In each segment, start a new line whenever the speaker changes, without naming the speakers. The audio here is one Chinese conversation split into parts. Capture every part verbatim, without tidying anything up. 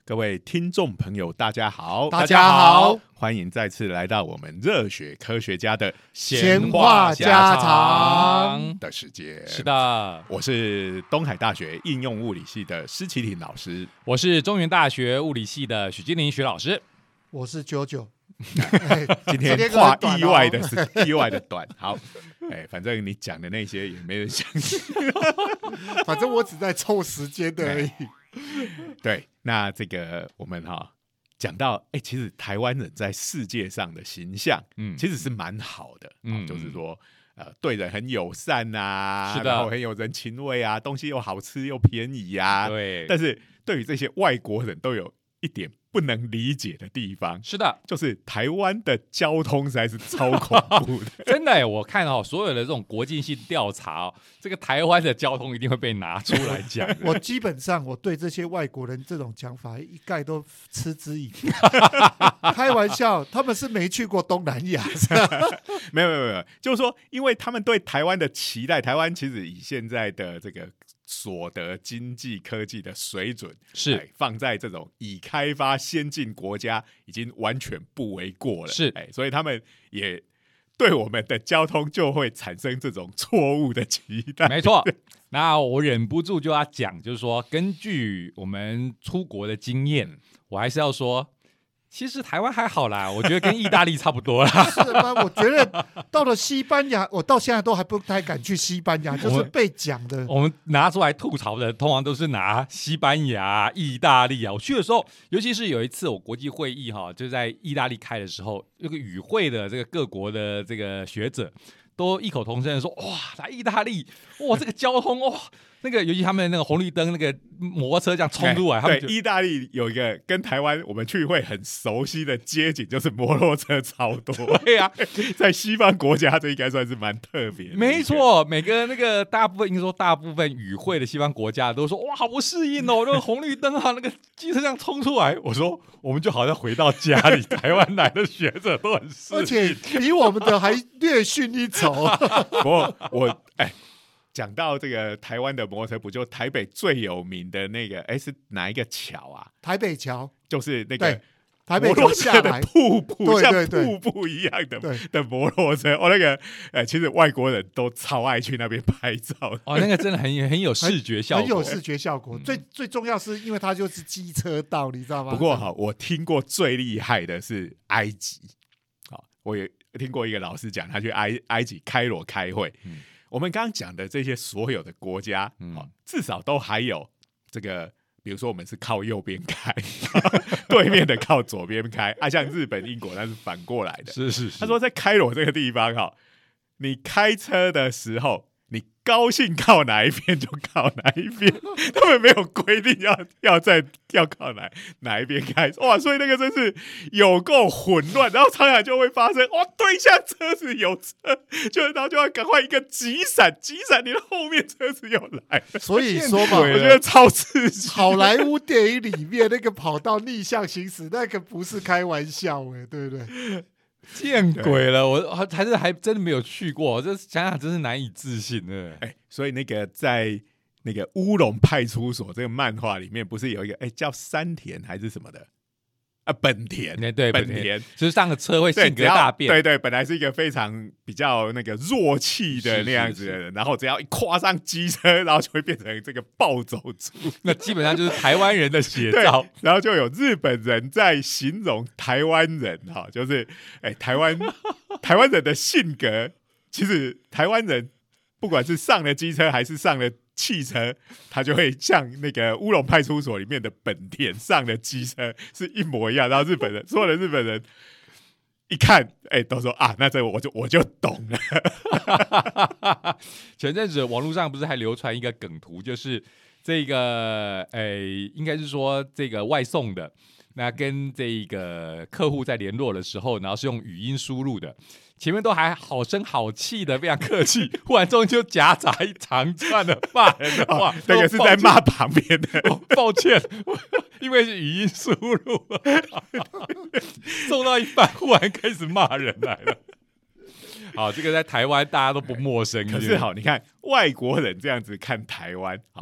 各位听众朋友大家好，
大家好，
欢迎再次来到我们热血科学家的
闲话家常
的时间。
是的，
我是东海大学应用物理系的施启廷老师，
我是中原大学物理系的许金玲许老师，
我是九九。
今天话意外的是意外的短，好，哎，反正你讲的那些也没人相信，
反正我只在凑时间的而已。
对，那这个我们哈、哦、讲到，哎，其实台湾人在世界上的形象，嗯，其实是蛮好的，嗯、哦，就是说，呃，对人很友善啊，
是的，
然后很有人情味啊，东西又好吃又便宜啊，
对。
但是对于这些外国人都有一点不能理解的地方，
是的，
就是台湾的交通实在是超恐怖的。
真的耶，我看哦，所有的这种国际性调查哦，这个台湾的交通一定会被拿出来讲。
我基本上我对这些外国人这种讲法一概都嗤之以鼻。开玩笑，他们是没去过东南亚。
没有没有没有，就是说，因为他们对台湾的期待，台湾其实以现在的这个所得经济科技的水准，
是、
哎、放在这种已开发先进国家已经完全不为过了，
是、
哎、所以他们也对我们的交通就会产生这种错误的期待。
没错，那我忍不住就要讲，就是说，根据我们出国的经验，我还是要说。其实台湾还好啦，我觉得跟意大利差不多啦。
是吗？我觉得到了西班牙，我到现在都还不太敢去西班牙，就是被讲的。
我们拿出来吐槽的，通常都是拿西班牙、意大利啊。我去的时候，尤其是有一次我国际会议哈，就在意大利开的时候，有个与会的这个各国的这个学者都异口同声的说：“哇，来意大利，哇，这个交通哇。”那个，尤其他们那个红绿灯，那个摩托车这样冲出来，他们
对，意大利有一个跟台湾我们去会很熟悉的街景，就是摩托车超多。
对啊，
在西方国家这应该算是蛮特别的。
没错，每个那个大部分应该说大部分与会的西方国家都说哇，好不适应哦，那个红绿灯啊，那个机车这样冲出来。我说，我们就好像回到家里，台湾来的学者都很适应，
而且比我们的还略逊一筹。
不过我哎。讲到这个台湾的摩托车，不就台北最有名的那个？哎，是哪一个桥啊？
台北桥，
就是那个
台北桥下来
的瀑布，
对对
像
对
瀑布一样的
对
的摩托车。哦，那个，呃，其实外国人都超爱去那边拍照。
哦，那个真的很很有视觉效果，
很有视觉效果。嗯、最最重要是因为它就是机车道，你知道吗？
不过哈，我听过最厉害的是埃及。好，我也听过一个老师讲，他去埃埃及开罗开会。嗯，我们刚刚讲的这些所有的国家，嗯、至少都还有这个，比如说我们是靠右边开，对面的靠左边开啊，像日本、英国那是反过来的。
是是是。
他说在开罗这个地方哈，你开车的时候，你高兴靠哪一边就靠哪一边，他们没有规定要要在要靠哪哪一边开，哇，所以那个真是有够混乱，然后常常就会发生，哇，对向车子有车，就然后就要赶快一个急闪，急闪，你的后面车子又来了，
所以说嘛，
我觉得超刺激。
好莱坞电影里面那个跑道逆向行驶，那个不是开玩笑哎、欸，对不对？
见鬼了！我还是还真的没有去过，这想想真是难以置信的。
哎，所以那个在那个乌龙派出所这个漫画里面，不是有一个哎叫山田还是什么的啊？本田，
对，
本田，
就是上个车会性格大变。
对 对, 对，本来是一个非常比较那个弱气的那样子的人，是是是，然后只要一跨上机车，然后就会变成这个暴走族。
那基本上就是台湾人的写照。
然后就有日本人在形容台湾人哈，就是哎台湾台湾人的性格，其实台湾人不管是上了机车还是上了汽车，他就会像那个乌龙派出所里面的本田上的机车是一模一样。然后日本人，所有的日本人一看，哎、欸，都说啊，那这我就我就懂了。
前阵子网络上不是还流传一个梗图，就是这个，哎、欸，应该是说这个外送的，那跟这个客户在联络的时候，然后是用语音输入的。前面都还好声好气的，非常客气，忽然中间就夹杂一长串的骂人的话，
哦、那个是在骂旁边的、
哦。抱歉，因为是语音输入，送到一半忽然开始骂人来了。好，这个在台湾大家都不陌生。
可是好，你看外国人这样子看台湾，好，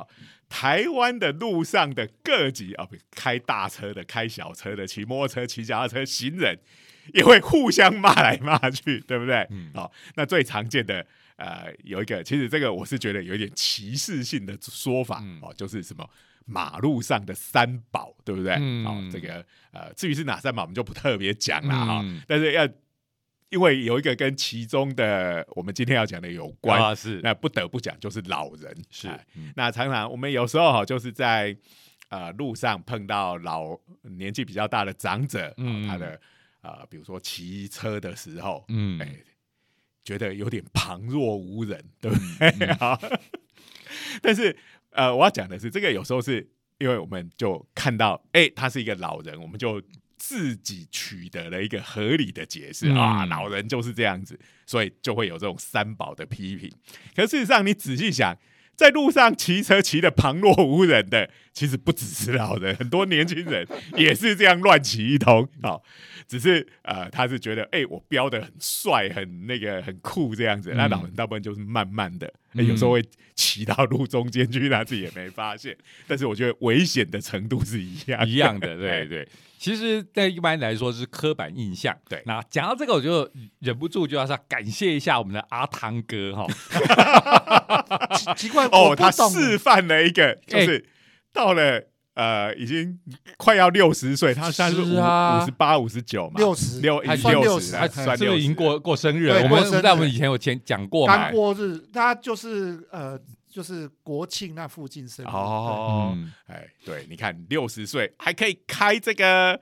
台湾的路上的各级啊、哦，开大车的、开小车的、骑摩托车、骑脚踏车、行人也会互相骂来骂去，对不对？嗯，好、哦，那最常见的呃有一个，其实这个我是觉得有一点歧视性的说法、嗯、哦，就是什么马路上的三宝，对不对？嗯，哦，这个呃，至于是哪三宝，我们就不特别讲了哈、嗯哦，但是要。因为有一个跟其中的我们今天要讲的有关、
啊、是那
不得不讲就是老人
是、
嗯、那常常我们有时候就是在、呃、路上碰到老年纪比较大的长者、嗯哦、他的、呃、比如说骑车的时候、嗯欸、觉得有点旁若无人，对不对、嗯、但是、呃、我要讲的是这个有时候是因为我们就看到哎、欸，他是一个老人，我们就自己取得了一个合理的解释、嗯、啊，老人就是这样子，所以就会有这种三宝的批评。可事实上，你仔细想，在路上骑车骑得旁若无人的，其实不只是老人，很多年轻人也是这样乱骑一通。好，只是呃，他是觉得，哎、欸，我飙得很帅，很那个，很酷这样子。嗯、那老人大部分就是慢慢的，欸、有时候会骑到路中间去，他自己也没发现。但是我觉得危险的程度是一样的
一样的，对对。其实，在一般来说是刻板印象。
对，
那讲到这个，我就忍不住就要感谢一下我们的阿汤哥哈。
奇怪
哦，他示范了一个，就是到了、欸、呃，已经快要六十岁，他现在是五十八、五十九嘛，
六十
六
还算六十，
还算
是不是已经过过生日了？我们在我们以前有前讲过嘛，
刚过日，他就是呃。就是国庆那附近生日
哦，哎、嗯，对，你看六十岁还可以开这个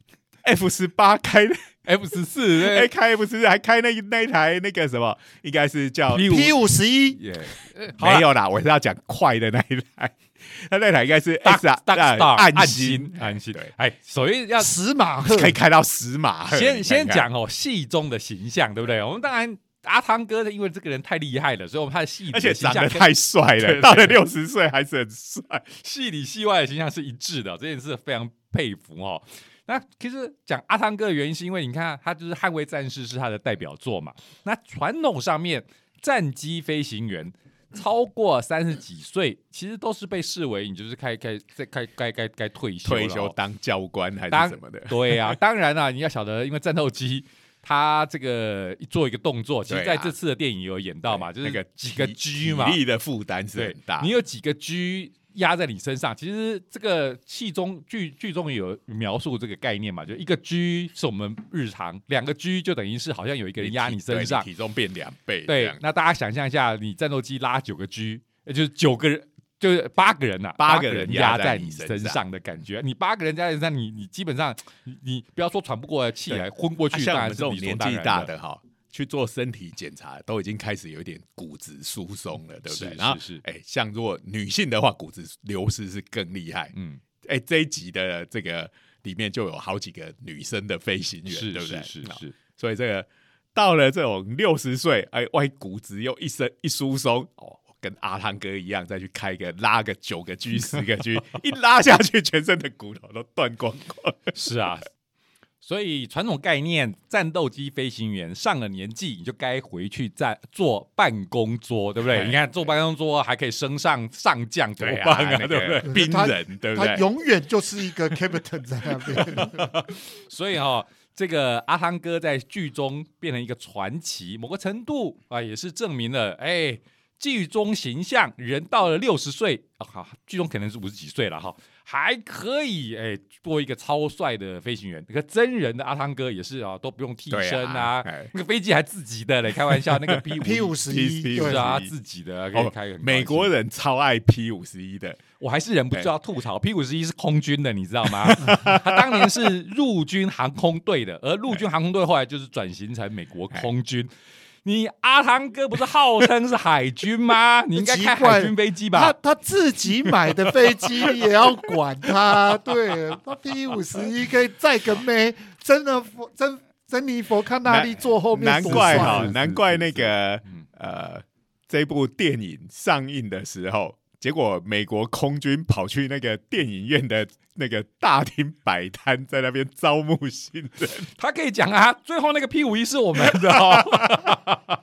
F 十八，开
F 十四，
哎，开 F 十四，还开那那一台那个什么，应该是叫
P 五十一，
没有啦，我是要讲快的那一台，他那台应该是 X R
暗
星
暗星，对，哎，所以要
十马赫，
可以开到十马赫。
先先讲哦，戏中的形象，对不对？我们当然。阿汤哥因为这个人太厉害了，所以我们他的戏里的形象
而且长得太帅了，到了六十岁还是很帅，
戏里戏外的形象是一致的，这件事非常佩服哦。那其实讲阿汤哥的原因是因为你看他就是《捍卫战士》是他的代表作嘛。那传统上面战机飞行员超过三十几岁，其实都是被视为你就是开开在开该该该退休了、哦、
退休当教官还是什么的。
对啊，当然啊，你要晓得，因为战斗机。他这个做一个动作，其实在这次的电影有演到嘛，就是几个 G 嘛，
体力的负担是很大。
你有几个 G 压在你身上，其实这个戏中剧剧中有描述这个概念嘛，就一个 G 是我们日常，两个 G 就等于是好像有一个人压你身上，
体重变两倍。
对，那大家想象一下，你战斗机拉九个 G， 就是九个人。就是八个人呐、啊，
八个
人压在你身上的感觉。你八个人压在身上，你你基本上你你不要说喘不过来气来，昏过去。
像我们这种年纪大的哈，去做身体检查，都已经开始有一点骨质疏松了，对不对？然后是哎，像如果女性的话，骨质流失是更厉害。嗯，哎，这一集的这个里面就有好几个女生的飞行员，对不对？
是是是。
所以这个到了这种六十岁，哎，外骨质又一生一疏松哦。跟阿汤哥一样，再去开个拉个九个 G 十个 G， 一拉下去，全身的骨头都断光光。
是啊，所以传统概念，战斗机飞行员上了年纪，你就该回去在做办公桌，对不对？你看做办公桌还可以升上上将，多棒啊，对不对？
兵人，对不对？
他永远就是一个 captain 在那边。
所以哈、哦。这个阿汤哥在剧中变成一个传奇，某个程度啊，也是证明了，哎。剧中形象人到了六十岁啊，剧中可能是五十几岁了哈，还可以哎做一个超帅的飞行员。那个真人的阿汤哥也是啊，都不用替身啊，啊那个飞机还自己的嘞，开玩笑，那个 P
五十一
是啊自己的，可以开、哦。
美国人超爱 P 五十一的，
我还是忍不住要吐槽 P 五十一是空军的，你知道吗？他当年是陆军航空队的，而陆军航空队后来就是转型成美国空军。你阿汤哥不是号称是海军吗？你应该开海军飞机吧？
他他自己买的飞机也要管他，对，他 P 五十一可以载个妹，真的真珍妮佛康纳利坐后面，
难怪哈，难怪那个呃，这部电影上映的时候，结果美国空军跑去那个电影院的那个大厅摆摊，在那边招募新人。
他可以讲啊，最后那个 P 五十一是我们的哦。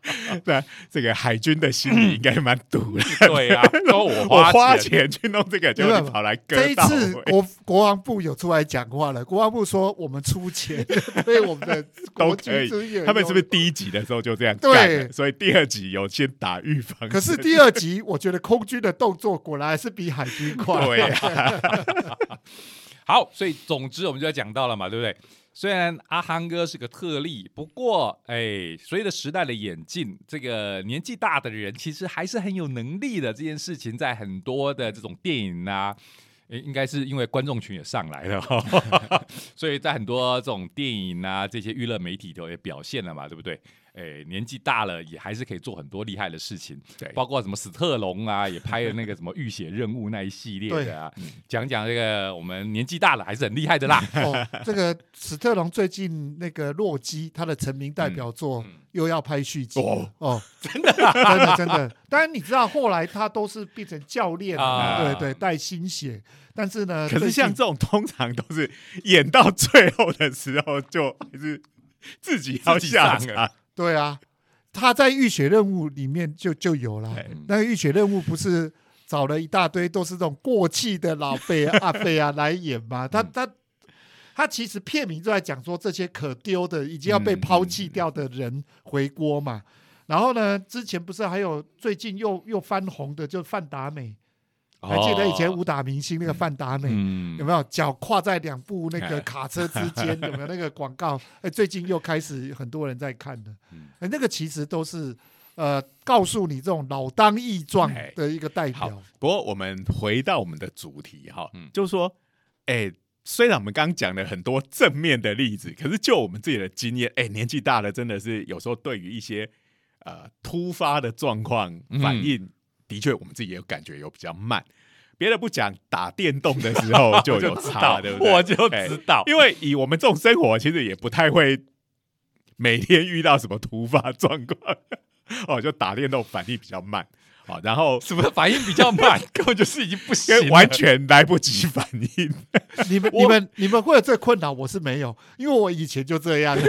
那这个海军的心里应该蛮堵的。
对啊，都我
我
花
花钱去弄这个，结果你跑来割
这一
稻
次
尾
国国防部有出来讲话了，国防部说我们出钱对我们的
都
国
可以
军资源，
他们是不是第一集的时候就这样干
对
了？所以第二集有先打预防针。
可是第二集，我觉得空军的动作果然还是比海军快。
对啊，
好，所以总之我们就要讲到了嘛，对不对？虽然阿航哥是个特例，不过，哎，随着时代的演进，这个年纪大的人其实还是很有能力的。这件事情在很多的这种电影啊，应该是因为观众群也上来了、哦，所以在很多这种电影啊，这些娱乐媒体都也表现了嘛，对不对？哎，年纪大了也还是可以做很多厉害的事情，
对，
包括什么史特龙啊，也拍了那个什么浴血任务那一系列的啊，讲讲这个我们年纪大了还是很厉害的啦。
哦，这个史特龙最近那个洛基，他的成名代表作又要拍续集、嗯、哦，
真的、
啊，真的真的。当然你知道后来他都是变成教练、啊，对对，带新血。但是呢，
可是像这种通常都是演到最后的时候，就还是自己要下场。
对啊，他在《浴血任务》里面就就有了。那个《浴血任务》不是找了一大堆都是这种过气的老辈阿贝啊来演吗？他他他其实片名就在讲说这些可丢的、已经要被抛弃掉的人回锅嘛。然后呢，之前不是还有最近又又翻红的，就范达美。还记得以前武打明星那个范达美、嗯、有没有脚跨在两部那个卡车之间？有没有那个广告？哎，最近又开始很多人在看了。哎，那个其实都是呃告诉你这种老当益壮的一个代表。
不过我们回到我们的主题哈，嗯、就是说，哎，虽然我们刚刚讲了很多正面的例子，可是就我们自己的经验，哎，年纪大了真的是有时候对于一些呃突发的状况反应。嗯的确，我们自己也有感觉有比较慢。别的不讲，打电动的时候就有差，对不对？
我就知道，
因为以我们这种生活，其实也不太会每天遇到什么突发状况，哦，就打电动反应比较慢。好，然后
什么反应比较慢，根本就是已经不行了，
完全来不及反应。
你们、你们、你们会有这个困扰，我是没有，因为我以前就这样。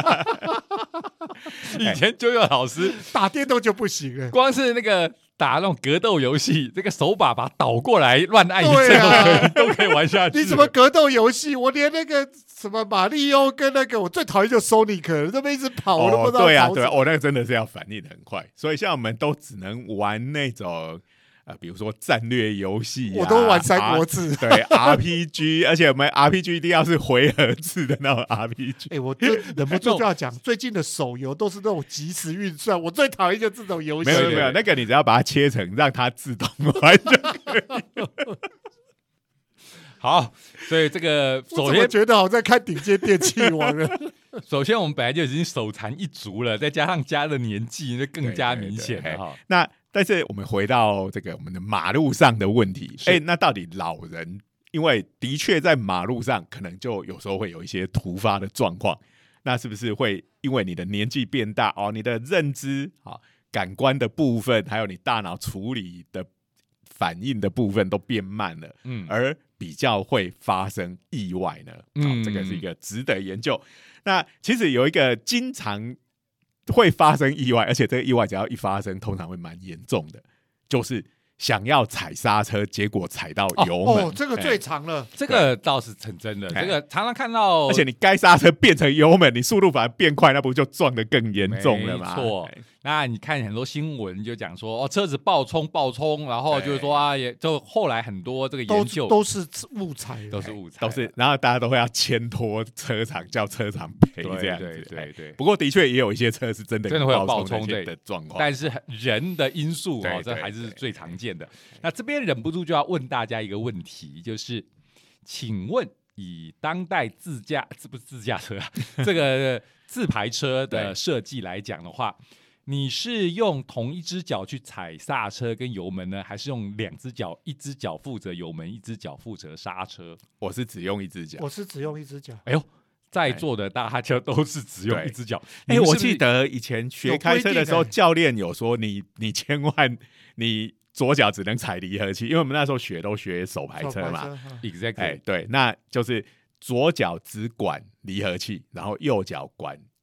以前就有老师
打电动就不行了，
光是那个打那种格斗游戏，这个手把把倒过来乱按一阵都可以、啊、都可以玩下去。
你什么格斗游戏？我连那个什么马里奥跟那个我最讨厌就 Sonic， 这么一直跑，我都不知道跑什么。
对啊，对啊，我、哦、那个真的是要反应很快，所以像我们都只能玩那种。呃，比如说战略游戏、啊，
我都玩三国志，
对 R P G， 而且我们 R P G 一定要是回合制的那种 R P G。
哎、欸，我就忍不住就要讲，最近的手游都是那种即时运算，我最讨厌就这种游戏。
没有没有，那个你只要把它切成让它自动玩就可以了。
好，所以这个首先
我觉得好像看顶尖电器王了。
首先，我们本来就已经手残一族了，再加上加了年纪，就更加明显了哈。
那但是我们回到这个我们的马路上的问题，哎，那到底老人，因为的确在马路上可能就有时候会有一些突发的状况，那是不是会因为你的年纪变大哦，你的认知啊、感官的部分，还有你大脑处理的反应的部分都变慢了，嗯，而比较会发生意外呢？嗯，这个是一个值得研究。那其实有一个经常会发生意外，而且这个意外只要一发生，通常会蛮严重的，就是想要踩刹车，结果踩到油门。
哦，哦这个最长了，
这个倒是很真的。这个常常看到，
而且你该刹车变成油门，你速度反而变快，那不就撞得更严重了吗？
没错。那你看很多新闻就讲说，哦，车子爆冲爆冲，然后就是说啊，也就后来很多这个研究
都是误踩，
都是误踩，
都是，然后大家都会要牵拖车厂，叫车厂赔这样子。
对对 对, 对。
不过的确也有一些车是真的
真的会有爆冲
的状况，
但是人的因素哦，这还是最常见的。那这边忍不住就要问大家一个问题，就是请问以当代自驾这不是自驾车啊，这个自排车的设计来讲的话，你是用同一只脚去踩刹车跟油门呢，还是用两只脚，一只脚负责油门，一只脚负责刹车？
我是只用一只脚，
我是只用一只脚。
哎呦，在座的大家都是只用一只脚。
哎，我记得以前学开车的时候，教练有说你你千万你左脚只能踩离合器，因为我们那时候学都学手排车嘛。
Exactly，
哎，对，那就是左脚只管离合器，然后右脚管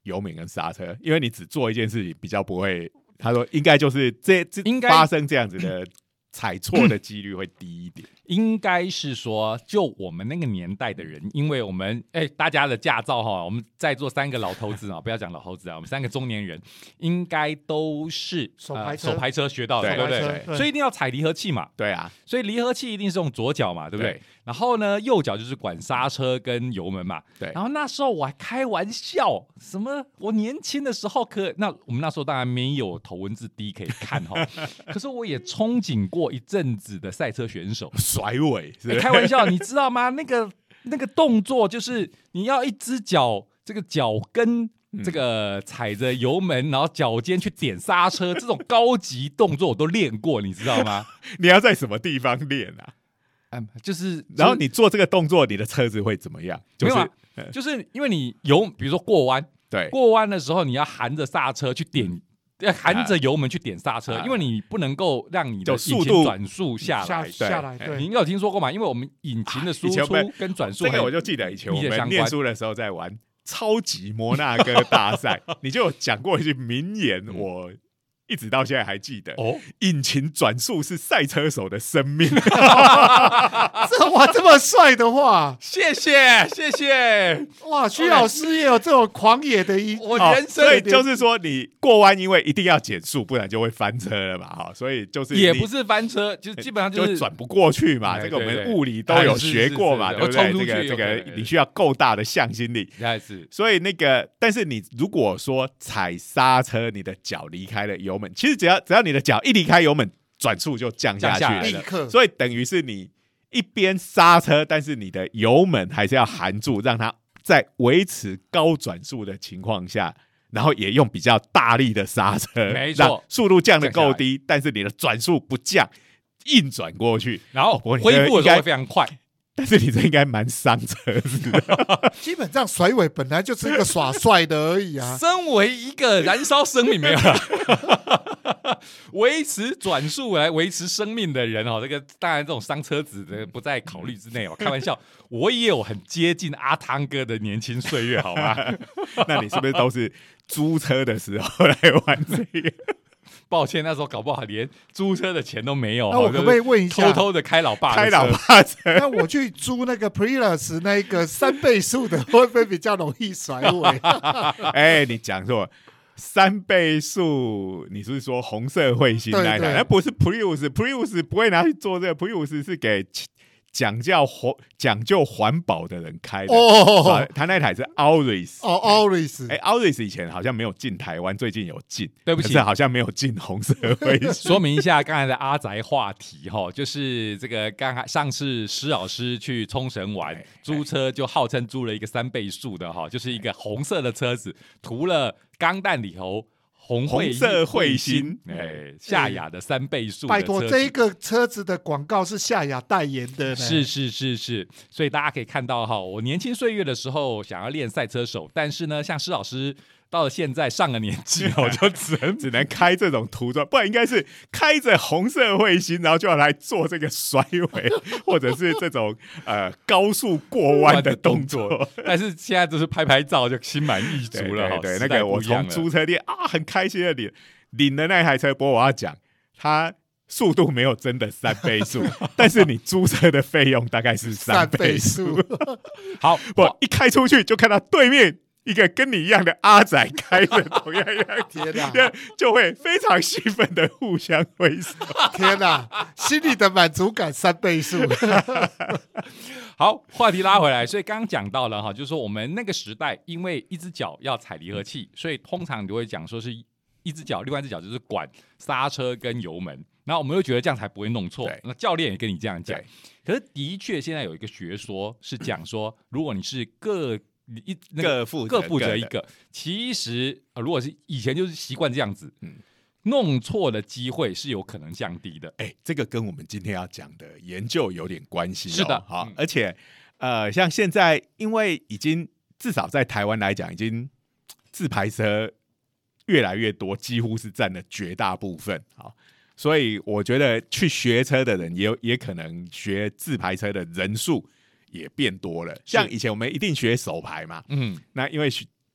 油门跟刹车，因为你只做一件事情比较不会。他说应该就是这这
应该
发生这样子的踩错的几率会低一点。
应该是说，就我们那个年代的人，因为我们哎、欸，大家的驾照哈，我们在座三个老头子啊，不要讲老头子啊，我们三个中年人，应该都是
手排车、
呃、手排车学到的，对不 对, 对？所以一定要踩离合器嘛，
对啊，
所以离合器一定是用左脚嘛，对不对？
对，
然后呢，右脚就是管刹车跟油门嘛，
对。
然后那时候我还开玩笑，什么我年轻的时候可那我们那时候当然没有头文字 D 可以看哈，可是我也憧憬过一阵子的赛车选手。
甩尾是不是、
欸、开玩笑，你知道吗？那个那个动作就是你要一只脚这个脚跟这个踩着油门，然后脚尖去点刹车，这种高级动作我都练过，你知道吗？
你要在什么地方练啊？
嗯，就是，就是、
然后你做这个动作，你的车子会怎么样？就是、
没有啊，就是因为你油，比如说过弯，
对，
过弯的时候你要含着刹车去点。要含着油门去点刹车、啊，因为你不能够让你的引擎转速下来。
下, 下来，对，
你应该有听说过嘛？因为我们引擎的输出跟转速、啊，
这个我就记得以前我们念书的时候在玩超级摩纳哥大赛，你就有讲过一句名言，嗯、我一直到现在还记得。哦，引擎转速是赛车手的生命。
这哇，这么帅的话，
谢谢谢谢。
哇，徐老师也有这种狂野的一，
我人生、
哦、所以就是说，你过弯因为一定要减速，不然就会翻车了嘛。哈，所以就是
也不是翻车，就基本上就是
转不过去嘛。这个我们物理都有学过嘛，对不对？这个这个你需要够大的向心力。所以那个，但是你如果说踩刹车，你的脚离开了油门，其实只要只要你的脚一离开油门，转速就降下去了，
立刻。
所以等于是你一边刹车，但是你的油门还是要含住，让它在维持高转速的情况下，然后也用比较大力的刹车，
没错，
让速度降得够低，但是你的转速不降，硬转过去，
然后恢复的时候会非常快。
但是你这应该蛮伤车子的。
基本上甩尾本来就是一个耍帅的而已啊。
身为一个燃烧生命没有了，维持转速来维持生命的人哦，这个当然这种伤车子的不在考虑之内哦。开玩笑，我也有很接近阿汤哥的年轻岁月，好吗？
那你是不是都是租车的时候来玩这个？
抱歉，那时候搞不好连租车的钱都没有。
那我可不可以问一下，
偷偷的开老爸的车，
开老爸车？
那我去租那个 Prius 那个三倍速的，会不会比较容易甩尾？
哎、欸，你讲错，三倍速，你是说红色彗星那台？那不是 Prius，Prius 不会拿去做这个 ，Prius 是给讲究环讲究环保的人开的。哦，他那台是 Auris。
哦 ，Auris。
哎 ，Auris 以前好像没有进台湾，最近有进。
对不起，
可是好像没有进红色彗星。
说明一下刚才的阿宅话题哈，就是这个刚才上次施老师去冲绳玩，租车就号称租了一个三倍速的哈，就是一个红色的车子，涂了钢弹里头。红
色彗星，
哎、欸，夏雅的三倍速。
拜托，这一个车子的广告是夏雅代言的。
是是是是，所以大家可以看到哈，我年轻岁月的时候想要练赛车手，但是呢，像施老师到了现在上了年纪，我就只能
只能开这种涂装，不然应该是开着红色彗星，然后就要来做这个甩尾，或者是这种呃高速过弯的动作。
但是现在就是拍拍照就心满意足了。
对, 对, 对，那个我从租车店啊很开心的领领了那台车，不过我要讲，它速度没有真的三倍速，但是你租车的费用大概是三倍速。
好，
不一开出去就看到对面。一个跟你一样的阿仔开着同样样
天哪，
就会非常兴奋的互相挥手。
天哪，心里的满足感三倍速。
好，话题拉回来，所以刚刚讲到了哈，就是说我们那个时代，因为一只脚要踩离合器，所以通常就会讲说是一只脚，另外一只脚就是管刹车跟油门。然后我们又觉得这样才不会弄错，那教练也跟你这样讲。可是的确，现在有一个学说是讲说，如果你是各一、那个、
各负
各负责一个，其实、呃、如果是以前就是习惯这样子，嗯，弄错的机会是有可能降低的。
哎、欸，这个跟我们今天要讲的研究有点关系、哦。
是的，
好、嗯，而且呃，像现在因为已经至少在台湾来讲，已经自排车越来越多，几乎是占了绝大部分。好，所以我觉得去学车的人也有也可能学自排车的人数也变多了。像以前我们一定学手排嘛，嗯，那因为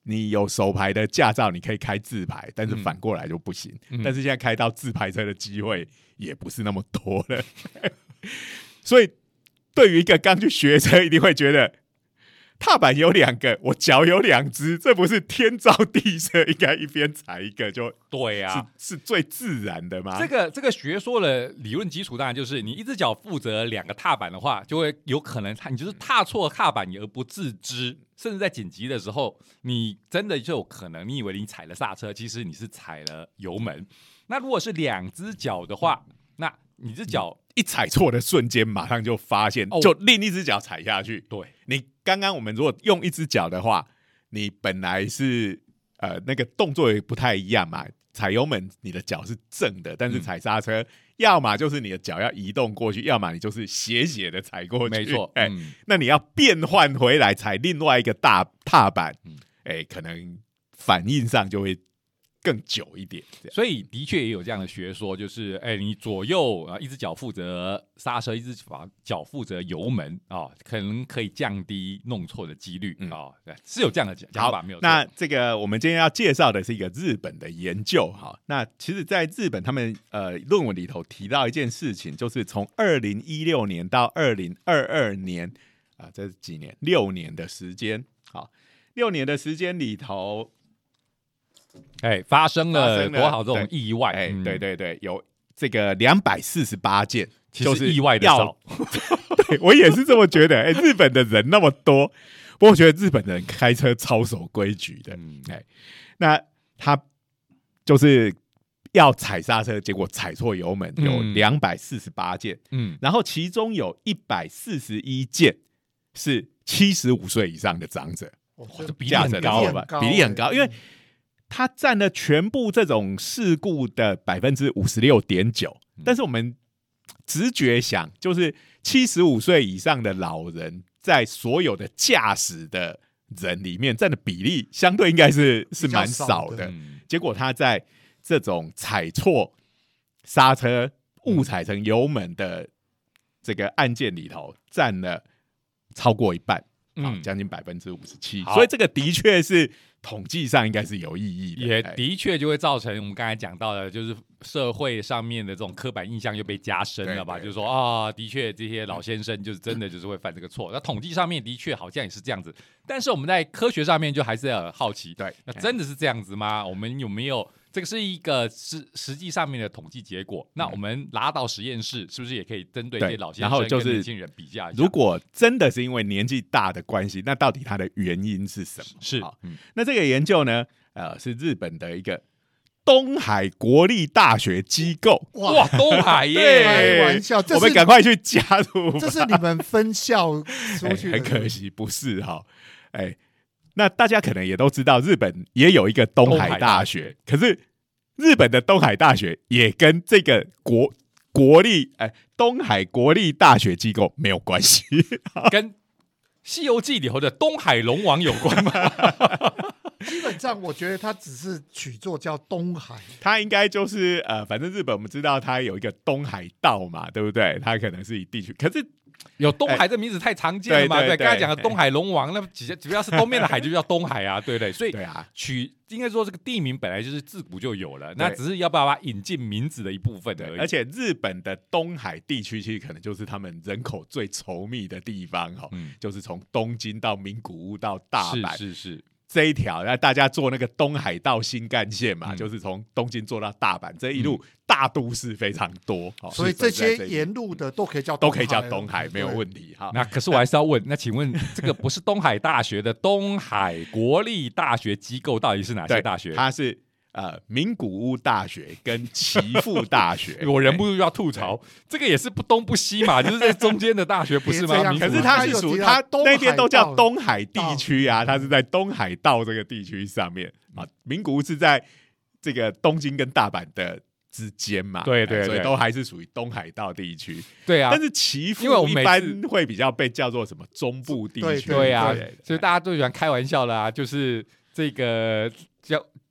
你有手排的驾照，你可以开自排，但是
嗯
反过来就不行。
嗯
但是现在开到自排车的机会也不是那么多了，所以对于一个刚去学车，一定会觉得踏板有两个，我脚有两只，这不是天造地设，应该一边踩一个就
对啊，
是是最自然的吗？
这个这个学说的理论基础当然就是你一只脚负责两个踏板的话，就会有可能你就是踏错踏板而不自知，甚至在紧急的时候，你真的就有可能你以为你踩了刹车，其实你是踩了油门。那如果是两只脚的话，那你这脚
一踩错的瞬间，马上就发现，
哦
就另一只脚踩下去。
对，
你刚刚我们如果用一只脚的话，你本来是呃那个动作也不太一样嘛。踩油门你的脚是正的，但是踩刹车，嗯、要么就是你的脚要移动过去，要么你就是斜斜的踩过去。
没错，
哎、
嗯，
那你要变换回来踩另外一个大踏板，哎、可能反应上就会更久一点。
所以的确也有这样的学说，就是哎，你左右啊，一只脚负责刹车，一只脚负责油门啊、哦，可能可以降低弄错的几率啊、哦。是有这样的讲法，没有错。
那这个我们今天要介绍的是一个日本的研究哈。那其实，在日本他们呃论文里头提到一件事情，就是从二零一六年到二零二二年啊，这是几年？六年的时间。好，六年的时间里头。
哎，发生了多少这种意外？
哎、嗯，对对对，有这个两百四十八件，
就是意外的少。
对，我也是这么觉得。哎，日本的人那么多，不过我觉得日本人开车超守规矩的。嗯，哎，那他就是要踩刹车，结果踩错油门，有两百四十八件。嗯，然后其中有一百四十一件是七十五岁以上的长者，
哦、这比例很高吧？
比例很高，因为它占了全部这种事故的百分之五十六点九，但是我们直觉想，就是七十五岁以上的老人，在所有的驾驶的人里面占的比例，相对应该是是蛮少的。结果他在这种踩错刹车、误踩成油门的这个案件里头，占了超过一半。好，将近百分之五十七，所以这个的确是统计上应该是有意义的，
也的确就会造成我们刚才讲到的，就是社会上面的这种刻板印象又被加深了吧？就是说啊，的确这些老先生就是真的就是会犯这个错。那统计上面的确好像也是这样子，但是我们在科学上面就还是要好奇，对，那真的是这样子吗？我们有没有？这个是一个实实际上面的统计结果，那我们拉到实验室，是不是也可以针对这些老先生跟年轻人比较一下？
如果真的是因为年纪大的关系，那到底它的原因是什么？
是，
嗯、那这个研究呢，呃，是日本的一个东海国立大学机构。
哇，东海耶！
开玩笑，
我们赶快去加入。
这是你们分校出去的、
欸，很可惜，不是哈。哎、欸。那大家可能也都知道，日本也有一个东海大学，可是日本的东海大学也跟这个国国立哎、欸、东海国立大学机构没有关系，
跟《西游记》里头的东海龙王有关吗？
基本上，我觉得它只是取作叫东海，
它应该就是呃，反正日本我们知道它有一个东海道嘛，对不对？它可能是以地区，可是。
有东海这名字太常见了嘛？对，刚才讲的东海龙王，那主要是东面的海就叫东海啊，对不对？所以取应该说这个地名本来就是自古就有了，那只是要不要把它引进名字的一部分而已。
而且日本的东海地区其实可能就是他们人口最稠密的地方哈，嗯、就是从东京到名古屋到大阪，
是是是。
这一条，那大家坐那个东海道新干线嘛，嗯、就是从东京坐到大阪，这一路大都市非常多，
嗯、所以这些沿路的都可以叫
都可以叫东海，没有问题哈。
那可是我还是要问，那请问这个不是东海大学的东海国立大学机构到底是哪些大学？
它是呃名古屋大学跟岐阜大学。
我忍不住要吐槽，这个也是不东不西嘛，就是在中间的大学不是吗？
可是它是属于它那边都叫东海地区啊，它是在东海道这个地区上面啊。名古屋是在这个东京跟大阪的之间嘛，
对 对, 对，
所以都还是属于东海道地区。
对啊，
但是岐阜一般会比较被叫做什么中部地区，
对啊，所以大家都喜欢开玩笑啦、啊，就是这个叫。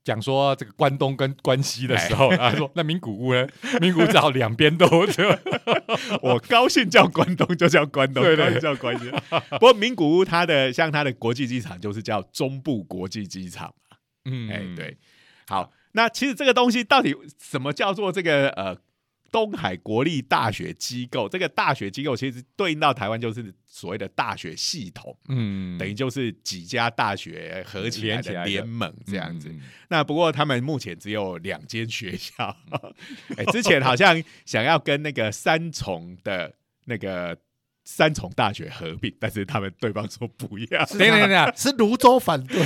讲说这个关东跟关西的时候，他说那名古屋呢？名古屋只好两边都
我高兴叫关东就叫关东，
对对
高兴叫关西。不过名古屋它的像它的国际机场就是叫中部国际机场嘛。
嗯，
哎，对，好，那其实这个东西到底什么叫做这个呃东海国立大学机构？这个大学机构其实对应到台湾就是所谓的大学系统，嗯，等于就是几家大学合起来的联盟这样子。嗯、那不过他们目前只有两间学校，哎，之前好像想要跟那个三重的那个。三重大学合并，但是他们对方说不要。
等等等等，
是泸州反对，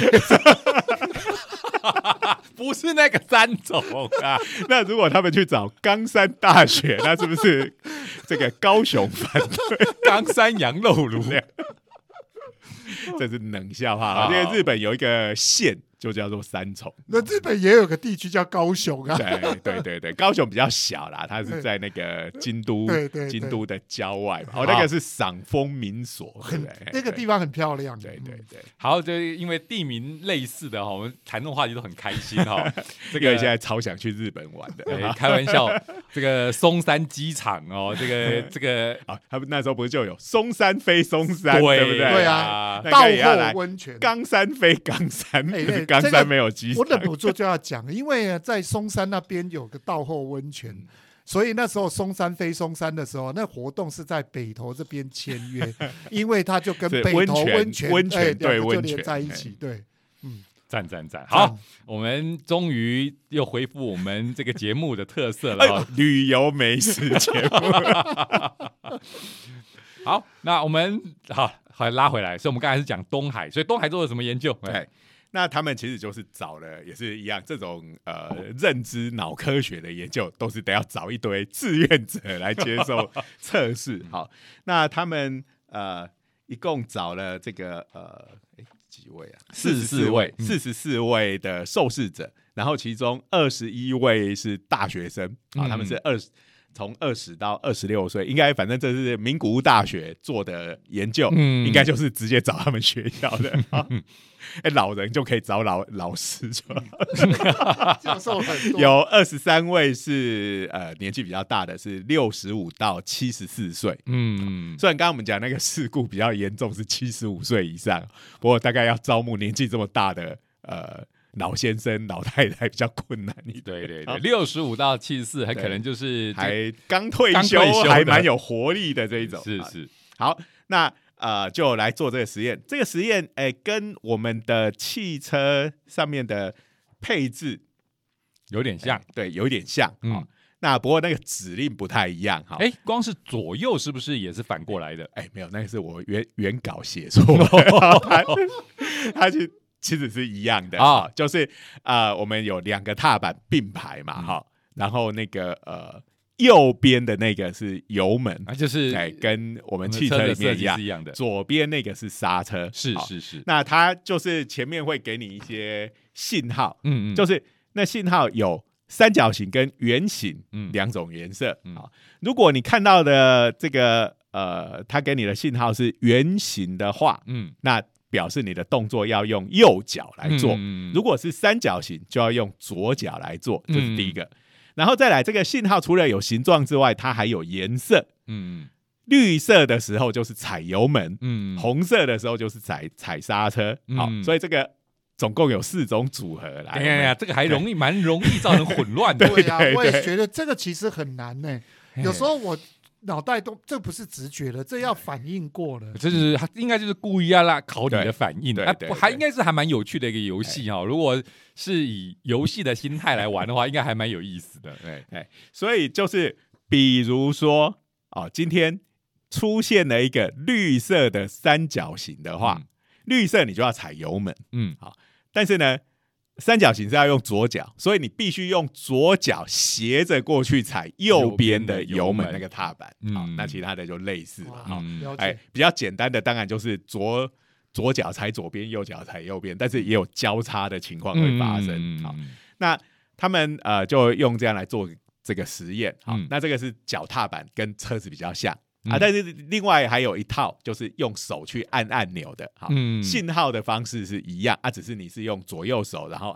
不是那个三重啊。
那如果他们去找冈山大学，那是不是这个高雄反对？
冈山羊肉炉，
这是冷笑话。因为日本有一个县就叫做三重，
那日本也有个地区叫高雄啊。
对对对对，高雄比较小啦，它是在那个京都，
对对对
京都的郊外嘛。哦，那个是赏枫民所，对不对？
那个地方很漂亮。
对对对。
好，就因为地名类似的哈，我们谈论话题都很开心哈。
这个现在超想去日本玩的，
欸、开玩笑。这个松山机场哦，这个这个
啊，他们那时候不是就有松山飞松山，
对,
对不对？
对啊，稻后温泉，
冈山飞冈山，
欸欸、
冈山没有机场。
我忍不住就要讲，因为在松山那边有个稻后温泉，所以那时候松山飞松山的时候，那活动是在北投这边签约，因为他就跟北投温泉
温泉对温泉
在一起，对，嗯。
赞赞赞！好，我们终于又恢复我们这个节目的特色了、哦，
旅游美食节目。
好，那我们好，好拉回来，所以我们刚才是讲东海，所以东海做了什么研究？
对，那他们其实就是找了，也是一样，这种呃认知脑科学的研究，都是得要找一堆志愿者来接受测试。好，那他们呃一共找了这个呃。几位啊？
四十四位，
四十四位的受试者，然后其中二十一位是大学生啊、嗯，他们是二从二十到二十六岁，应该反正这是名古屋大学做的研究，嗯、应该就是直接找他们学校的。嗯哎、欸，老人就可以找老老师就好，
教授很多。
有二十三位是呃年纪比较大的，是六十五到七十四岁。嗯，虽然刚刚我们讲那个事故比较严重，是七十五岁以上，不过大概要招募年纪这么大的呃老先生、老太太比较困难一点。
对对对，六十五到七十四，还可能就是
还刚退休，还蛮有活力的这一种。
是是，
好，那。呃，就来做这个实验。这个实验，哎、欸，跟我们的汽车上面的配置
有点像，
欸、对，有点像。嗯、哦，那不过那个指令不太一样哈。
哎、欸，光是左右是不是也是反过来的？
哎、欸，没有，那个是我原原稿写错，它它其实其实是一样的啊、哦，就是呃，我们有两个踏板并排嘛，哈、嗯，然后那个呃。右边的那个是油门，
啊，就是
哎，跟我们汽车里面一样，
是一样的。
左边那个是刹车，
是是是。
那它就是前面会给你一些信号，
嗯嗯，
就是那信号有三角形跟圆形两种颜色。嗯，好，如果你看到的这个呃，它给你的信号是圆形的话，嗯，那表示你的动作要用右脚来做。嗯，如果是三角形，就要用左脚来做，这是第一个。嗯，然后再来，这个信号除了有形状之外，它还有颜色。嗯，绿色的时候就是踩油门，嗯，红色的时候就是踩踩刹车。好，嗯，所以这个总共有四种组合来。
哎呀，这个还容易蛮容易造成混乱的。
对呀，啊，我也觉得这个其实很难呢，欸。有时候我脑袋都这不是直觉了，这要反应过了。
这是他应该就是故意要拉考你的反应，
对对对对，
还应该是还蛮有趣的一个游戏哈。如果是以游戏的心态来玩的话，应该还蛮有意思的。对，
哎，所以就是比如说哦，今天出现了一个绿色的三角形的话，嗯，绿色你就要踩油门，嗯，好，但是呢，三角形是要用左脚，所以你必须用左脚斜着过去踩右边的油门那个踏板。嗯，好，那其他的就类似了。好，嗯，哎，比较简单的当然就是左左脚踩左边，右脚踩右边，但是也有交叉的情况会发生。嗯，好，那他们呃就用这样来做这个实验。好，嗯，那这个是脚踏板跟车子比较像。啊，但是另外还有一套就是用手去按按钮的，好，嗯，信号的方式是一样啊，只是你是用左右手，然后按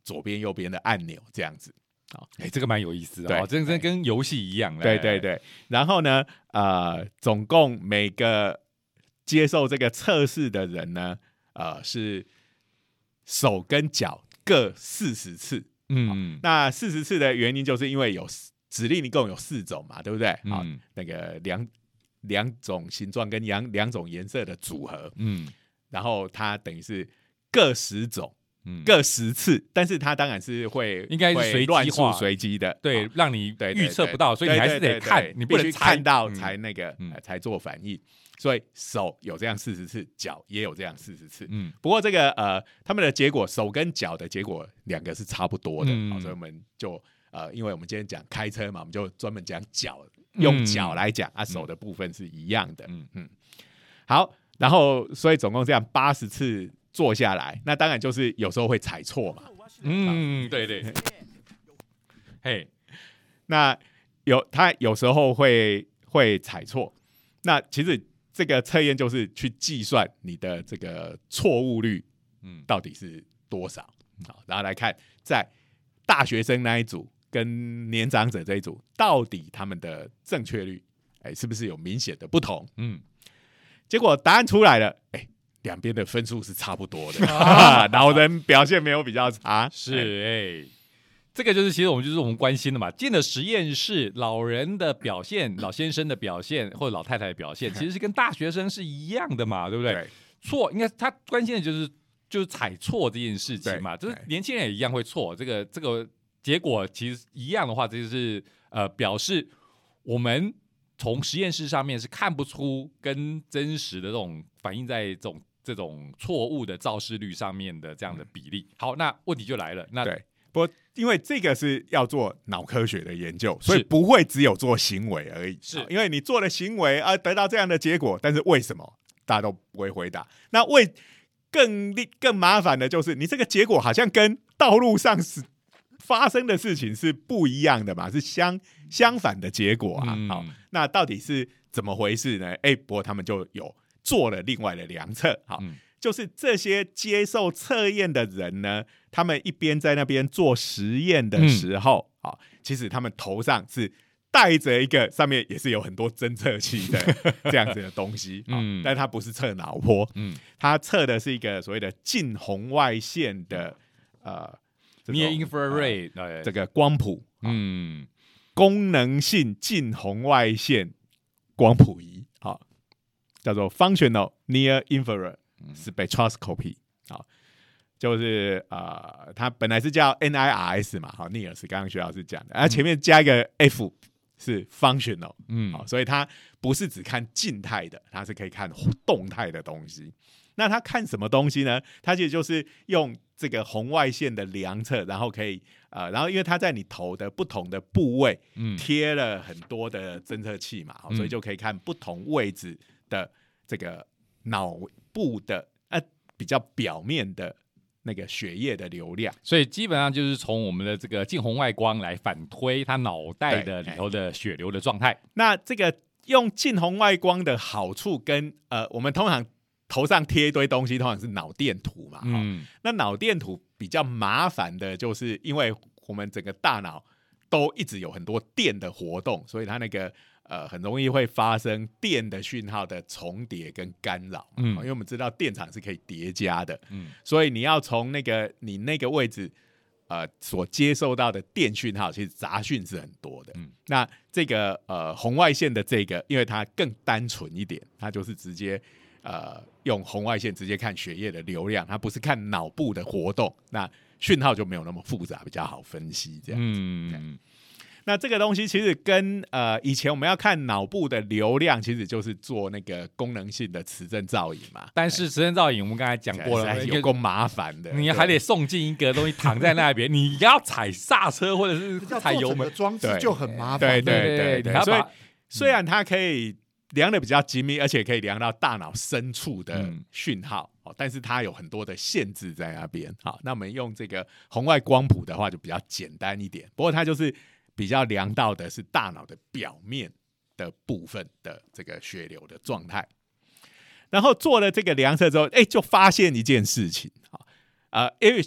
左边右边的按钮这样子。
哎、欸，这个蛮有意思的，
对，
哦，真真跟游戏一样。
对对对，然后呢，呃，总共每个接受这个测试的人呢，呃，是手跟脚各四十次。嗯，那四十次的原因就是因为有指令一共有四种嘛，对不对？好、嗯，那个两两种形状跟两两种颜色的组合。嗯，然后它等于是各十种。嗯、各十次，但是它当然是会
应该是随机化、
随机的，
对，哦、让你预测不到，所以你还是得看，
对对对对，
你不能
必须看到才那个、
嗯
呃、才做反应。所以手有这样四十次，脚也有这样四十次。嗯，不过这个呃，他们的结果，手跟脚的结果两个是差不多的，嗯、所以我们就呃，因为我们今天讲开车嘛，我们就专门讲脚，用脚来讲、嗯、啊，手的部分是一样的。嗯嗯，好，然后所以总共这样八十次。做下来，那当然就是有时候会踩错嘛。
嗯，对对。嘿，
那有他有时候会会踩错，那其实这个测验就是去计算你的这个错误率，嗯，到底是多少？好，然后来看在大学生那一组跟年长者这一组，到底他们的正确率，哎，是不是有明显的不同？嗯，结果答案出来了，哎。两边的分数是差不多的，啊、老人表现没有比较差，
是哎、欸，这个就是其实我们就是我们关心的嘛。进了实验室，老人的表现、老先生的表现或者老太太的表现，其实是跟大学生是一样的嘛，对不对？错，应该他关心的就是就是踩错这件事情嘛，就是年轻人也一样会错，这个这个结果其实一样的话，这就是呃表示我们从实验室上面是看不出跟真实的这种反映在这种。这种错误的肇事率上面的这样的比例，好，那问题就来了。那
对，不过因为这个是要做脑科学的研究，所以不会只有做行为而已。是因为你做了行为而得到这样的结果，但是为什么大家都不会回答？那为更更麻烦的就是，你这个结果好像跟道路上是发生的事情是不一样的嘛，是相相反的结果啊。嗯、好，那到底是怎么回事呢？哎，不过他们就有。做了另外的量测，好、嗯，就是这些接受测验的人呢，他们一边在那边做实验的时候，好、嗯，其实他们头上是戴着一个上面也是有很多侦测器的这样子的东西，嗯，但它不是测脑波，嗯，它测的是一个所谓的近红外线的呃
near infrared、
呃、这个光谱，嗯，功能性近红外线光谱仪，好。叫做 Functional Near Infrared Spectroscopy， 好，就是呃，它本来是叫 N I R S 嘛，好 ，Near 是刚刚徐老师讲的，然后前面加一个 F 是 Functional， 嗯，好，所以它不是只看静态的，它是可以看动态的东西。那它看什么东西呢？它其实就是用这个红外线的量测，然后可以呃，然后因为它在你头的不同的部位贴了很多的侦测器嘛，嗯、所以就可以看不同位置。的这个脑部的呃比较表面的那个血液的流量，
所以基本上就是从我们的这个近红外光来反推他脑袋的里头的血流的状态。
那这个用近红外光的好处跟呃，我们通常头上贴一堆东西，通常是脑电图嘛。嗯，那脑电图比较麻烦的就是，因为我们整个大脑都一直有很多电的活动，所以它那个。呃，很容易会发生电的讯号的重叠跟干扰，嗯，因为我们知道电场是可以叠加的，嗯，所以你要从那个你那个位置，呃，所接受到的电讯号，其实杂讯是很多的，嗯，那这个呃红外线的这个，因为它更单纯一点，它就是直接呃用红外线直接看血液的流量，它不是看脑部的活动，那讯号就没有那么复杂，比较好分析这样子，嗯。那这个东西其实跟呃以前我们要看脑部的流量，其实就是做那个功能性的磁振造影嘛。
但是磁振造影我们刚才讲过了，
有够麻烦的，
你还得送进一个东西躺在那边，你要踩刹车或者是踩油门，
装置就很麻烦。
对对对 对, 对，所以虽然它可以量的比较精密，而且可以量到大脑深处的讯号，嗯、但是它有很多的限制在那边。好，那我们用这个红外光谱的话就比较简单一点，不过它就是比较量到的是大脑的表面的部分的这个血流的状态。然后做了这个量测之后，哎，就发现一件事情，呃，因为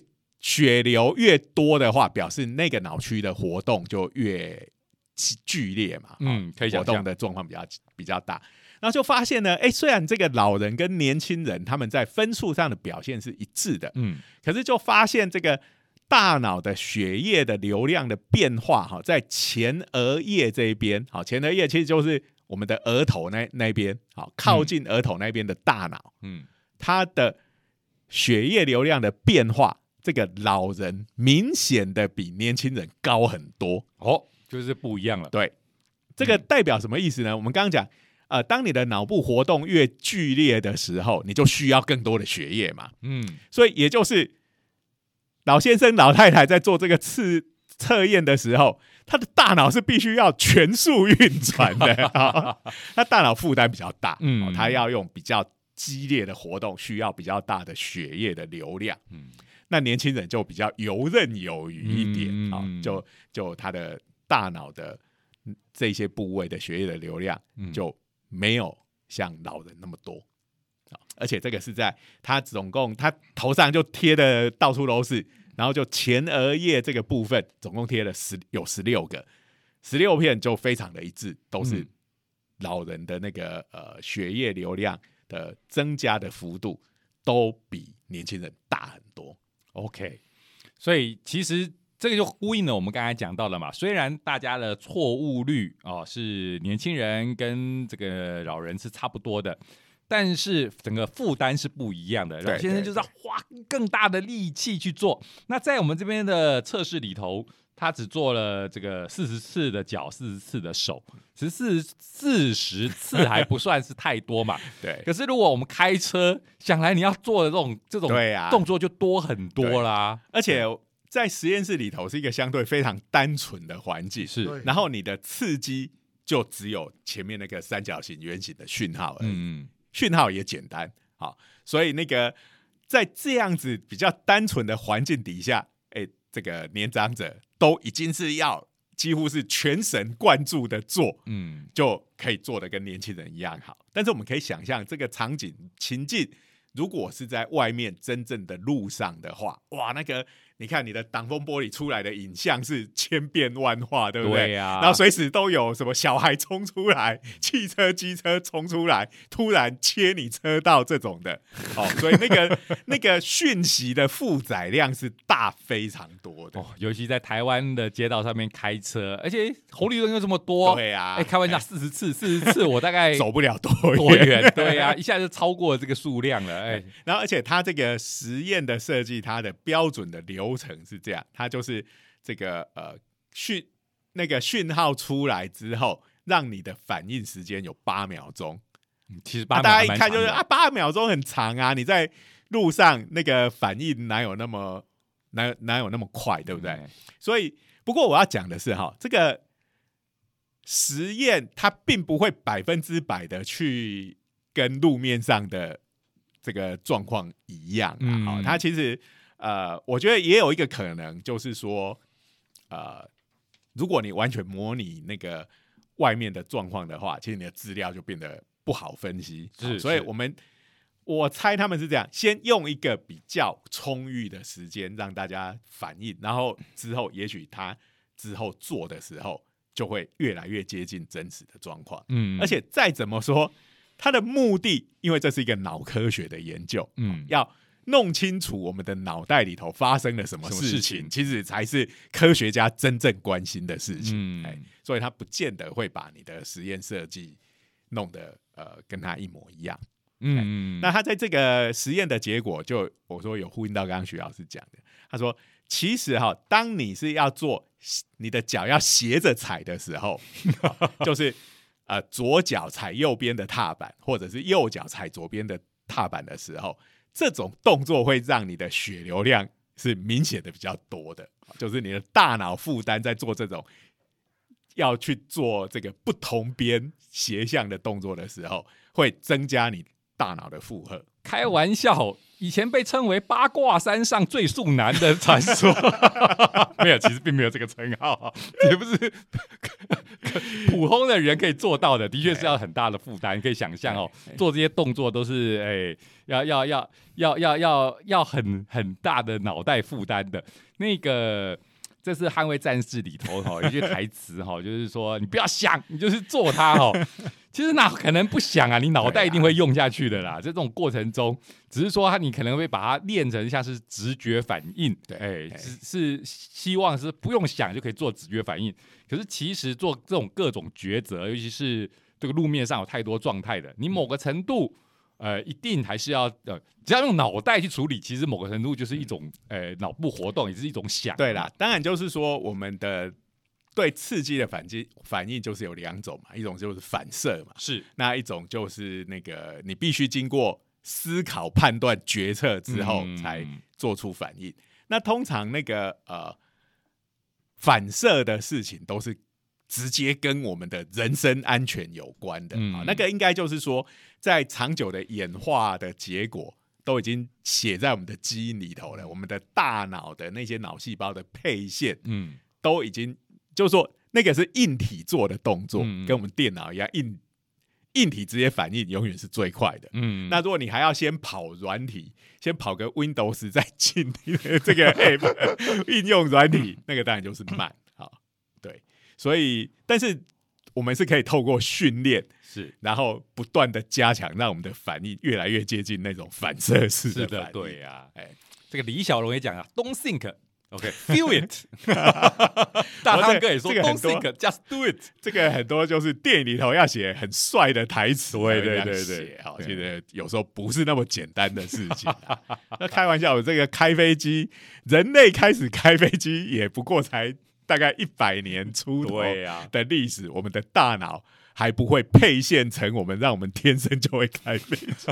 血流越多的话，表示那个脑区的活动就越剧烈嘛，
嗯，可以想象
活动的状况比较比较大。然后就发现呢，哎，虽然这个老人跟年轻人他们在分数上的表现是一致的，嗯，可是就发现这个大脑的血液的流量的变化，哈，在前额叶这一边，好，前额叶其实就是我们的额头那那边，好，靠近额头那边的大脑，嗯，它的血液流量的变化，这个老人明显的比年轻人高很多，
哦，就是不一样了。
对，这个代表什么意思呢？我们刚刚讲。呃，当你的脑部活动越剧烈的时候，你就需要更多的血液嘛。嗯，所以也就是老先生、老太太在做这个测测验的时候，他的大脑是必须要全速运转的，哦、他大脑负担比较大，嗯、哦，他要用比较激烈的活动，需要比较大的血液的流量。嗯，那年轻人就比较游刃有余一点，嗯哦、就就他的大脑的这些部位的血液的流量就。没有像老人那么多，而且这个是在他总共他头上就贴的到处都是，然后就前额叶这个部分总共贴了十有十六个，十六片就非常的一致，都是老人的那个呃血液流量的增加的幅度都比年轻人大很多。
OK， 所以其实。这个就呼应了我们刚才讲到的嘛，虽然大家的错误率、哦、是年轻人跟这个老人是差不多的，但是整个负担是不一样的。老先生就是要花更大的力气去做。那在我们这边的测试里头，他只做了这个四十次的脚，四十次的手，其实四十次还不算是太多嘛。
对。
可是如果我们开车，想来你要做的这种这种动作就多很多啦，
而且。在实验室里头是一个相对非常单纯的环境，
是，
然后你的刺激就只有前面那个三角形、圆形的讯号而已，嗯、讯号也简单，好，所以那个在这样子比较单纯的环境底下，哎，这个年长者都已经是要几乎是全神贯注的做，嗯，就可以做的跟年轻人一样好。但是我们可以想象这个场景情境，如果是在外面真正的路上的话，哇，那个。你看你的挡风玻璃出来的影像是千变万化，对不对？
对啊，
然后随时都有什么小孩冲出来，汽车、机车冲出来，突然切你车道这种的，哦，所以那个那个讯息的负载量是大非常多的，哦，
尤其在台湾的街道上面开车，而且红绿灯又这么多，
对啊，
哎，开玩笑，四十次，四十次，我大概
走不了多
多远，对啊，一下就超过这个数量了，哎，
然后而且它这个实验的设计，它的标准的流。流程是这样，它就是这个呃讯那个讯号出来之后，让你的反应时间有八秒钟。
其实八秒、啊、
大家一看就是啊，八秒钟很长啊！你在路上那个反应哪有那么哪哪有那么快，对不对？嗯、所以，不过我要讲的是哈，这个实验它并不会百分之百的去跟路面上的这个状况一样啊。嗯、好，它其实。呃，我觉得也有一个可能，就是说，呃，如果你完全模拟那个外面的状况的话，其实你的资料就变得不好分析。
是，
所以我们我猜他们是这样，先用一个比较充裕的时间让大家反应，然后之后也许他之后做的时候就会越来越接近真实的状况。嗯，而且再怎么说，他的目的，因为这是一个脑科学的研究，嗯，要。弄清楚我们的脑袋里头发生了什么事情，事情其实才是科学家真正关心的事情。嗯、所以他不见得会把你的实验设计弄得呃跟他一模一样。嗯，那他在这个实验的结果就，就我说有呼应到刚刚徐老师讲的，他说其实哈，当你是要做你的脚要斜着踩的时候，就是呃左脚踩右边的踏板，或者是右脚踩左边的踏板的时候。这种动作会让你的血流量是明显的比较多的，就是你的大脑负担在做这种要去做这个不同边斜向的动作的时候，会增加你大脑的负荷。
开玩笑，以前被称为八卦山上最速男的传说，没有，其实并没有这个称号，也不是普通的人可以做到的，的确是要很大的负担。可以想象哦，做这些动作都是哎，要要要要要要要很很大的脑袋负担的。那个，这是《捍卫战士》里头哈有一句台词哈，就是说你不要想，你就是做它哈。其实哪可能不想啊？你脑袋一定会用下去的啦。在这种过程中，只是说你可能会把它练成像是直觉反应，对，哎，是是希望是不用想就可以做直觉反应。可是其实做这种各种抉择，尤其是这个路面上有太多状态的，你某个程度，呃，一定还是要呃，只要用脑袋去处理，其实某个程度就是一种呃脑部活动，也是一种想。
对啦，当然就是说我们的。对刺激的反击反应就是有两种嘛，一种就是反射嘛，
是
那一种就是那个你必须经过思考、判断、决策之后才做出反应。嗯、那通常那个呃反射的事情都是直接跟我们的人身安全有关的、嗯、那个应该就是说，在长久的演化的结果都已经写在我们的基因里头了，我们的大脑的那些脑细胞的配线，嗯，都已经。就是说，那个是硬体做的动作，嗯、跟我们电脑一样，硬硬体直接反应永远是最快的。嗯，那如果你还要先跑软体，先跑个 Windows 再进这个 App 应用软体，那个当然就是慢。好，对，所以，但是我们是可以透过训练，
是，
然后不断的加强，让我们的反应越来越接近那种反射式的反应。是的，
对呀、啊，哎，这个李小龙也讲啊 ，Don't think。OK，feel、okay, it 。大汤哥也说、
这个、
，Don't think, just do it。
这个很多就是电影里头要写很帅的台词，
对对对对，
好，其实有时候不是那么简单的事情、啊。那开玩笑，这个开飞机，人类开始开飞机也不过才大概一百年出头的历史，我们的大脑还不会配线成我们，让我们天生就会开飞机。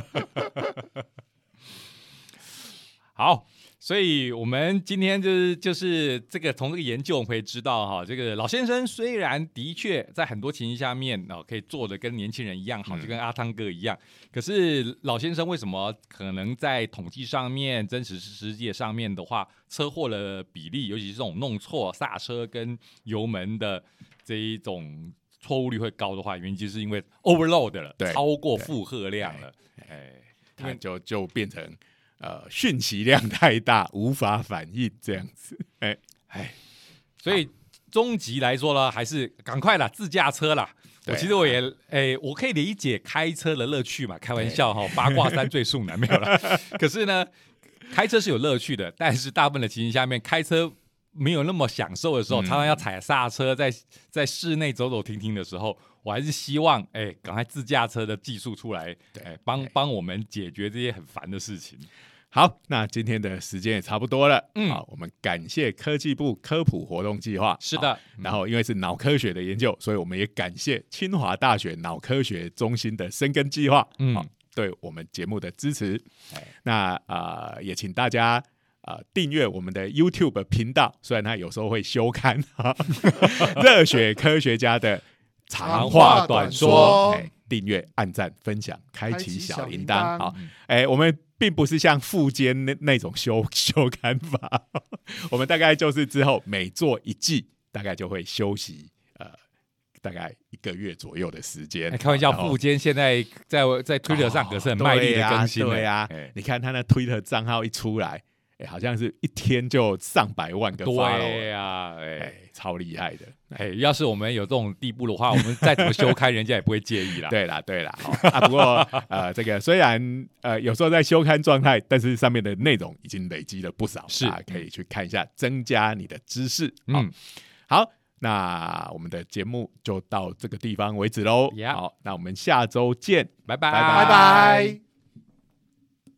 好。所以我们今天就是就是这个从这个研究我们可以知道哈，这个老先生虽然的确在很多情形下面哦可以做的跟年轻人一样好，就跟阿汤哥一样，可是老先生为什么可能在统计上面、真实世界上面的话，车祸的比例，尤其是这种弄错刹车跟油门的这一种错误率会高的话，原因就是因为 overload 了，超过负荷量了，哎，
它就就变成。呃，讯息量太大，无法反应这样子，哎
哎，所以终极来说呢，还是赶快啦，自驾车啦。我其实我也哎，我可以理解开车的乐趣嘛，开玩笑哈，八卦山最速男没有了。可是呢，开车是有乐趣的，但是大部分的情形下面，开车没有那么享受的时候，嗯、常常要踩刹车，在在室内走走停停的时候。我还是希望，哎、欸，赶快自驾车的技术出来，哎，帮帮我们解决这些很烦的事情。
好，那今天的时间也差不多了，嗯，好，我们感谢科技部科普活动计划，
是的。
然后因为是脑科学的研究，所以我们也感谢清华大学脑科学中心的深耕计划，嗯，好，对我们节目的支持。那啊、呃，也请大家。呃，订阅我们的 YouTube 频道，虽然它有时候会休刊，热血科学家的长话短说，订阅、按赞、分享、开启小铃铛。好，哎，我们并不是像富坚 那, 那种休休刊法，我们大概就是之后每做一季，大概就会休息，呃，大概一个月左右的时间。
哎、开玩笑，富坚现在在在 Twitter 上可是很卖力的更新、
哦，对呀、啊啊哎，你看他那 Twitter 账号一出来。欸、好像是一天就上百万个 follow，
对呀、啊欸
欸，超厉害的。
哎、欸，要是我们有这种地步的话，我们再怎么休刊，人家也不会介意啦。
对啦，对啦。啊，不过呃，这个虽然呃有时候在休刊状态，但是上面的内容已经累积了不少，
是、
啊、可以去看一下，增加你的知识。嗯，好，那我们的节目就到这个地方为止喽。
Yeah.
好，那我们下周见，
拜拜，
拜拜。